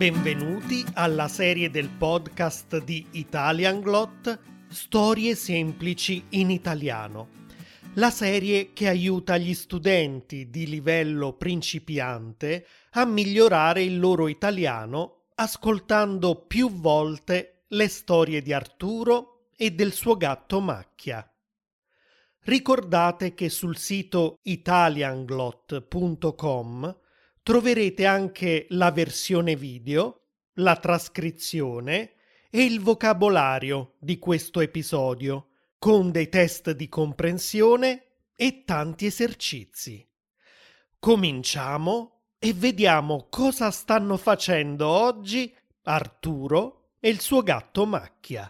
Benvenuti alla serie del podcast di Italianglot Storie semplici in italiano, la serie che aiuta gli studenti di livello principiante a migliorare il loro italiano ascoltando più volte le storie di Arturo e del suo gatto Macchia. Ricordate che sul sito italianglot.com troverete anche la versione video, la trascrizione e il vocabolario di questo episodio, con dei test di comprensione e tanti esercizi. Cominciamo e vediamo cosa stanno facendo oggi Arturo e il suo gatto Macchia.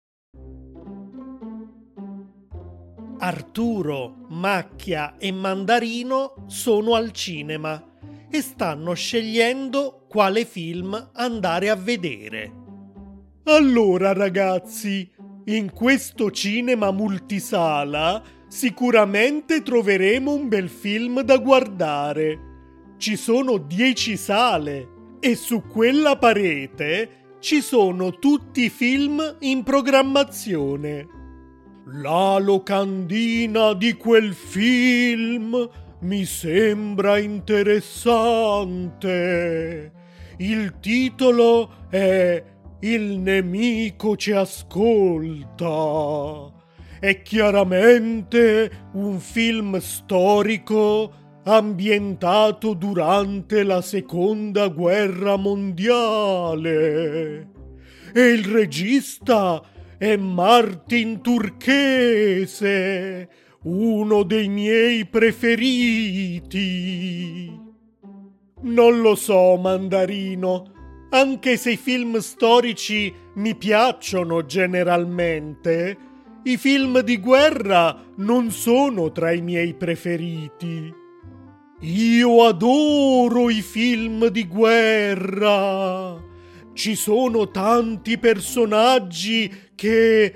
Arturo, Macchia e Mandarino sono al cinema e stanno scegliendo quale film andare a vedere. Allora ragazzi, in questo cinema multisala sicuramente troveremo un bel film da guardare. Ci sono 10 sale e su quella parete ci sono tutti i film in programmazione. La locandina di quel film mi sembra interessante. Il titolo è Il nemico ci ascolta. È chiaramente un film storico ambientato durante la Seconda Guerra Mondiale. E il regista è Martin Turchese, uno dei miei preferiti. Non lo so, Mandarino, anche se i film storici mi piacciono generalmente, i film di guerra non sono tra i miei preferiti. Io adoro i film di guerra. Ci sono tanti personaggi che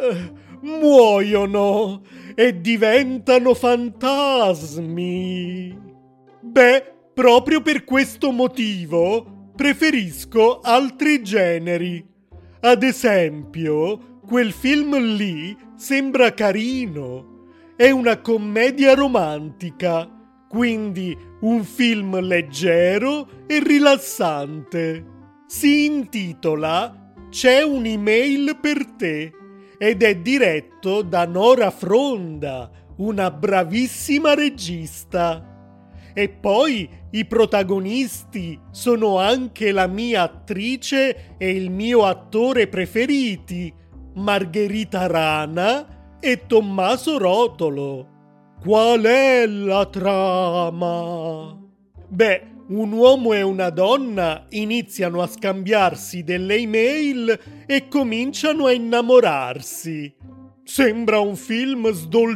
muoiono e diventano fantasmi. Beh, proprio per questo motivo preferisco altri generi. Ad esempio, quel film lì sembra carino. È una commedia romantica, quindi un film leggero e rilassante. Si intitola C'è un'email per te ed è diretto da Nora Fronda, una bravissima regista. E poi i protagonisti sono anche la mia attrice e il mio attore preferiti, Margherita Rana e Tommaso Rotolo. Qual è la trama? Beh, un uomo e una donna iniziano a scambiarsi delle email e cominciano a innamorarsi. Sembra un film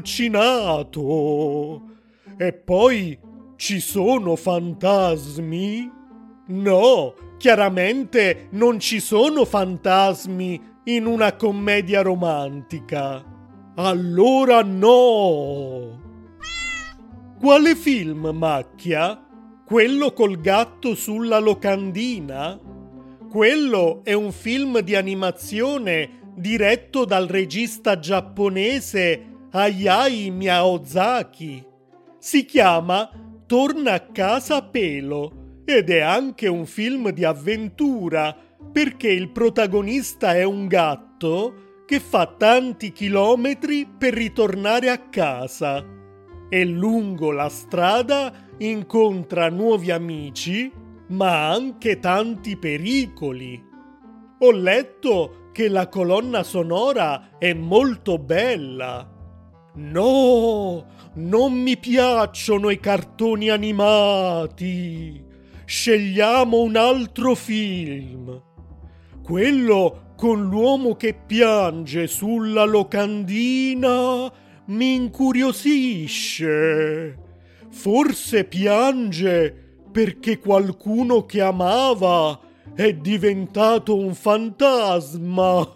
sdolcinato. E poi ci sono fantasmi? No, chiaramente non ci sono fantasmi in una commedia romantica. Allora no! Quale film, Macchia? Quello col gatto sulla locandina? Quello è un film di animazione diretto dal regista giapponese Hayao Miyazaki. Si chiama Torna a casa a pelo ed è anche un film di avventura perché il protagonista è un gatto che fa tanti chilometri per ritornare a casa e lungo la strada incontra nuovi amici, ma anche tanti pericoli. Ho letto che la colonna sonora è molto bella. No, non mi piacciono i cartoni animati. Scegliamo un altro film. Quello con l'uomo che piange sulla locandina mi incuriosisce. Forse piange perché qualcuno che amava è diventato un fantasma.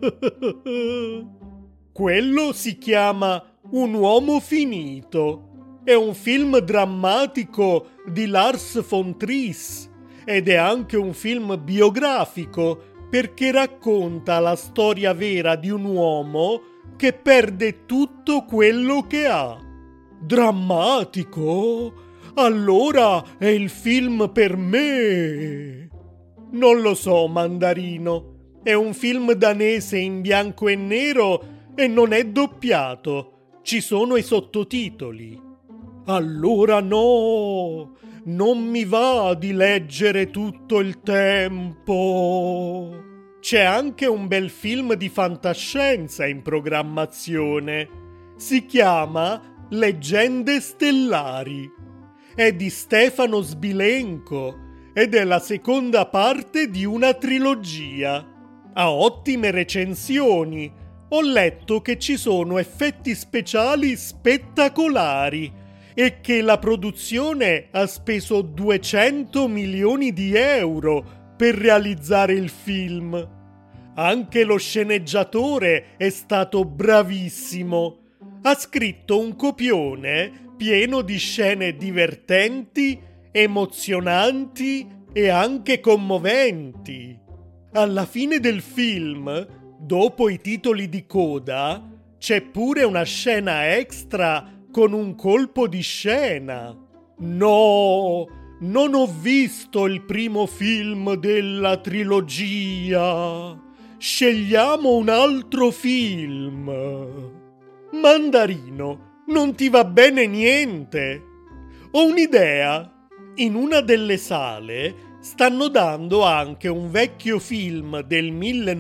Quello si chiama Un uomo finito. È un film drammatico di Lars von Trier ed è anche un film biografico perché racconta la storia vera di un uomo che perde tutto quello che ha. Drammatico? Allora è il film per me. Non lo so, Mandarino. È un film danese in bianco e nero e non è doppiato. Ci sono i sottotitoli. Allora no, non mi va di leggere tutto il tempo. C'è anche un bel film di fantascienza in programmazione. Si chiama Leggende stellari. È di Stefano Sbilenko ed è la seconda parte di una trilogia. Ha ottime recensioni. Ho letto che ci sono effetti speciali spettacolari e che la produzione ha speso 200 milioni di euro per realizzare il film. Anche lo sceneggiatore è stato bravissimo. Ha scritto un copione pieno di scene divertenti, emozionanti e anche commoventi. Alla fine del film, dopo i titoli di coda, c'è pure una scena extra con un colpo di scena. No, non ho visto il primo film della trilogia. Scegliamo un altro film. Mandarino, non ti va bene niente? Ho un'idea. In una delle sale stanno dando anche un vecchio film del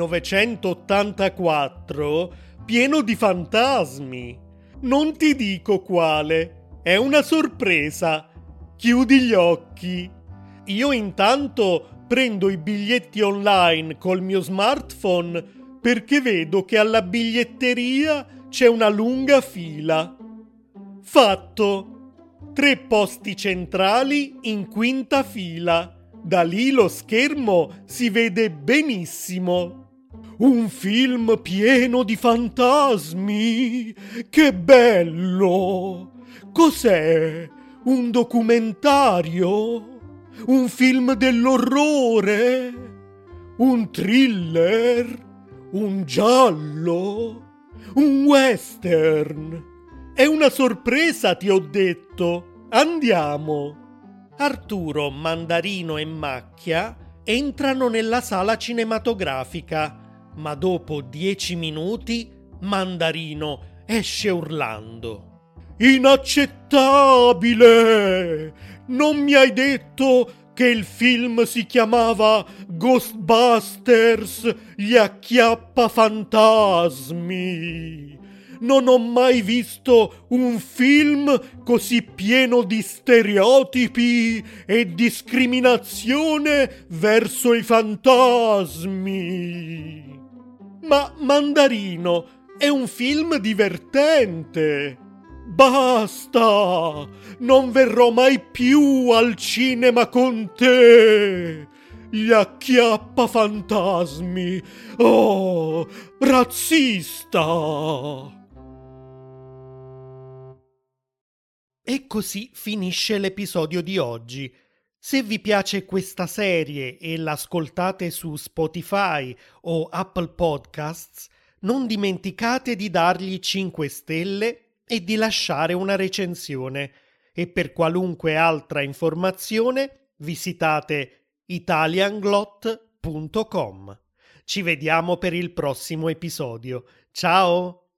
1984 pieno di fantasmi. Non ti dico quale, è una sorpresa. Chiudi gli occhi. Io intanto prendo i biglietti online col mio smartphone perché vedo che alla biglietteria c'è una lunga fila. Fatto! 3 posti centrali in quinta fila. Da lì lo schermo si vede benissimo. Un film pieno di fantasmi! Che bello! Cos'è? Un documentario? Un film dell'orrore? Un thriller? Un giallo? Un western? È una sorpresa, ti ho detto. Andiamo. Arturo, Mandarino e Macchia entrano nella sala cinematografica, ma dopo 10 minuti Mandarino esce urlando. Inaccettabile! Non mi hai detto che il film si chiamava Ghostbusters, gli acchiappafantasmi? Non ho mai visto un film così pieno di stereotipi e discriminazione verso i fantasmi. Ma Mandarino, è un film divertente. Basta! Non verrò mai più al cinema con te! Gli acchiappafantasmi! Oh, razzista! E così finisce l'episodio di oggi. Se vi piace questa serie e l'ascoltate su Spotify o Apple Podcasts, non dimenticate di dargli 5 stelle e di lasciare una recensione. E per qualunque altra informazione visitate italianglot.com. Ci vediamo per il prossimo episodio. Ciao!